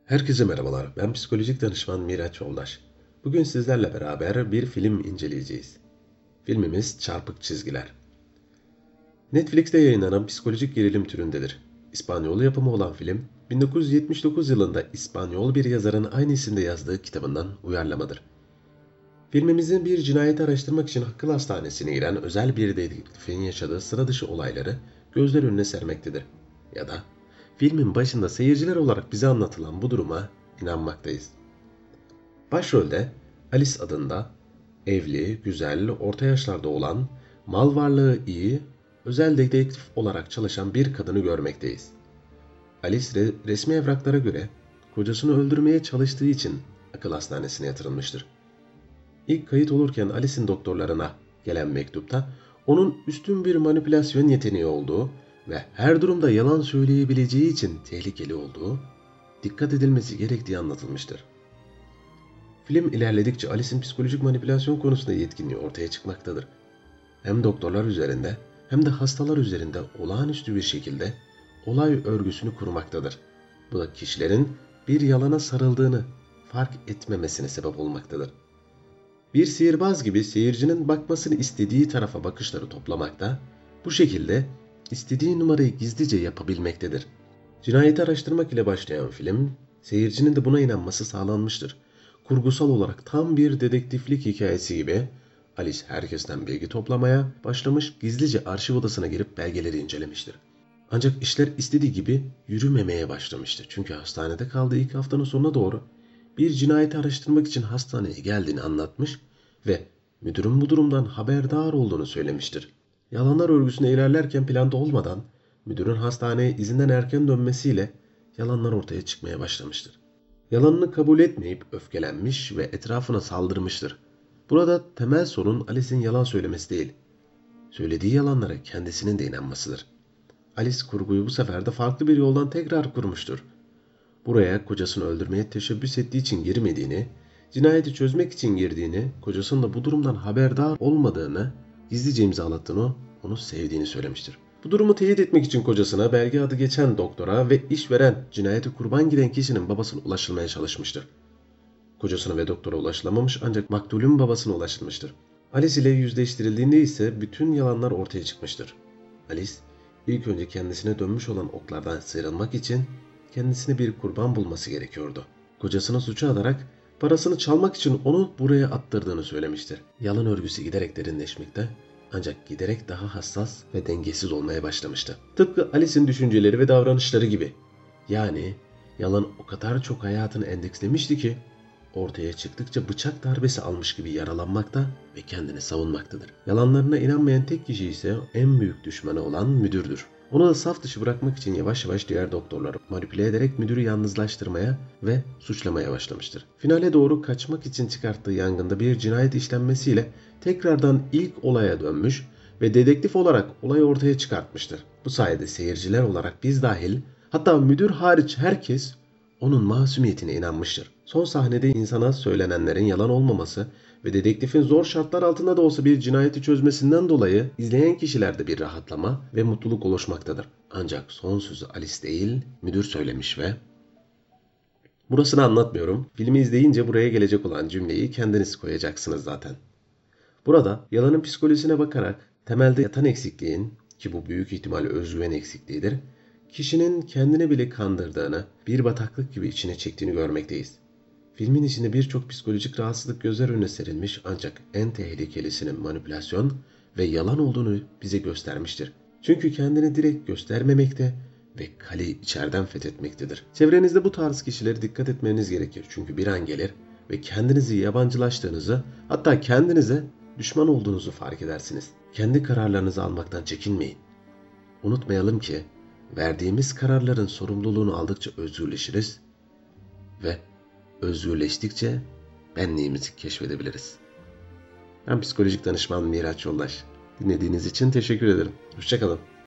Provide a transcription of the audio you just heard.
Herkese merhabalar. Ben psikolojik danışman Miraç Yoldaş. Bugün sizlerle beraber bir film inceleyeceğiz. Filmimiz Çarpık Çizgiler. Netflix'te yayınlanan psikolojik gerilim türündedir. İspanyol yapımı olan film, 1979 yılında İspanyol bir yazarın aynı isimde yazdığı kitabından uyarlamadır. Filmimizin bir cinayeti araştırmak için akıl hastanesine giren özel bir dedektifin yaşadığı sıra dışı olayları gözler önüne sermektedir. Ya da filmin başında seyirciler olarak bize anlatılan bu duruma inanmaktayız. Başrolde Alice adında evli, güzel, orta yaşlarda olan, mal varlığı iyi, özel dedektif olarak çalışan bir kadını görmekteyiz. Alice resmi evraklara göre kocasını öldürmeye çalıştığı için akıl hastanesine yatırılmıştır. İlk kayıt olurken Alice'in doktorlarına gelen mektupta onun üstün bir manipülasyon yeteneği olduğu ve her durumda yalan söyleyebileceği için tehlikeli olduğu, dikkat edilmesi gerektiği anlatılmıştır. Film ilerledikçe Alice'in psikolojik manipülasyon konusunda yetkinliği ortaya çıkmaktadır. Hem doktorlar üzerinde hem de hastalar üzerinde olağanüstü bir şekilde olay örgüsünü kurmaktadır. Bu da kişilerin bir yalana sarıldığını fark etmemesine sebep olmaktadır. Bir sihirbaz gibi seyircinin bakmasını istediği tarafa bakışları toplamakta, bu şekilde istediği numarayı gizlice yapabilmektedir. Cinayeti araştırmak ile başlayan film, seyircinin de buna inanması sağlanmıştır. Kurgusal olarak tam bir dedektiflik hikayesi gibi Alice herkesten bilgi toplamaya başlamış, gizlice arşiv odasına girip belgeleri incelemiştir. Ancak işler istediği gibi yürümemeye başlamıştır. Çünkü hastanede kaldığı ilk haftanın sonuna doğru bir cinayeti araştırmak için hastaneye geldiğini anlatmış ve müdürün bu durumdan haberdar olduğunu söylemiştir. Yalanlar örgüsüne ilerlerken planda olmadan müdürün hastaneye izinden erken dönmesiyle yalanlar ortaya çıkmaya başlamıştır. Yalanını kabul etmeyip öfkelenmiş ve etrafına saldırmıştır. Burada temel sorun Alice'in yalan söylemesi değil, söylediği yalanlara kendisinin de inanmasıdır. Alice kurguyu bu sefer de farklı bir yoldan tekrar kurmuştur. Buraya kocasını öldürmeye teşebbüs ettiği için girmediğini, cinayeti çözmek için girdiğini, kocasının da bu durumdan haberdar olmadığını, gizlice imzalattığını, onu sevdiğini söylemiştir. Bu durumu teyit etmek için kocasına, belge adı geçen doktora ve işveren, cinayeti kurban giden kişinin babasına ulaşılmaya çalışmıştır. Kocasına ve doktora ulaşılamamış ancak maktulün babasına ulaşılmıştır. Alice ile yüzleştirildiğinde ise bütün yalanlar ortaya çıkmıştır. Alice, ilk önce kendisine dönmüş olan oklardan sıyrılmak için kendisine bir kurban bulması gerekiyordu. Kocasına suçu alarak parasını çalmak için onu buraya attırdığını söylemiştir. Yalan örgüsü giderek derinleşmekte ancak giderek daha hassas ve dengesiz olmaya başlamıştı. Tıpkı Alice'in düşünceleri ve davranışları gibi. Yani yalan o kadar çok hayatını endekslemişti ki ortaya çıktıkça bıçak darbesi almış gibi yaralanmakta ve kendini savunmaktadır. Yalanlarına inanmayan tek kişi ise en büyük düşmanı olan müdürdür. Onu da saf dışı bırakmak için yavaş yavaş diğer doktorları manipüle ederek müdürü yalnızlaştırmaya ve suçlamaya başlamıştır. Finale doğru kaçmak için çıkarttığı yangında bir cinayet işlenmesiyle tekrardan ilk olaya dönmüş ve dedektif olarak olayı ortaya çıkartmıştır. Bu sayede seyirciler olarak biz dahil, hatta müdür hariç herkes onun masumiyetine inanmıştır. Son sahnede insana söylenenlerin yalan olmaması ve dedektifin zor şartlar altında da olsa bir cinayeti çözmesinden dolayı izleyen kişilerde bir rahatlama ve mutluluk oluşmaktadır. Ancak son sözü Alice değil, müdür söylemiş ve burasını anlatmıyorum. Filmi izleyince buraya gelecek olan cümleyi kendiniz koyacaksınız zaten. Burada yalanın psikolojisine bakarak temelde yatan eksikliğin, ki bu büyük ihtimal özgüven eksikliğidir, kişinin kendini bile kandırdığını, bir bataklık gibi içine çektiğini görmekteyiz. Filmin içinde birçok psikolojik rahatsızlık gözler önüne serilmiş ancak en tehlikelisinin manipülasyon ve yalan olduğunu bize göstermiştir. Çünkü kendini direkt göstermemekte ve kaleyi içeriden fethetmektedir. Çevrenizde bu tarz kişilere dikkat etmeniz gerekir. Çünkü bir an gelir ve kendinizi yabancılaştığınızı, hatta kendinize düşman olduğunuzu fark edersiniz. Kendi kararlarınızı almaktan çekinmeyin. Unutmayalım ki verdiğimiz kararların sorumluluğunu aldıkça özgürleşiriz ve özgürleştikçe benliğimizi keşfedebiliriz. Ben psikolojik danışman Miraç Yoldaş. Dinlediğiniz için teşekkür ederim. Hoşça kalın.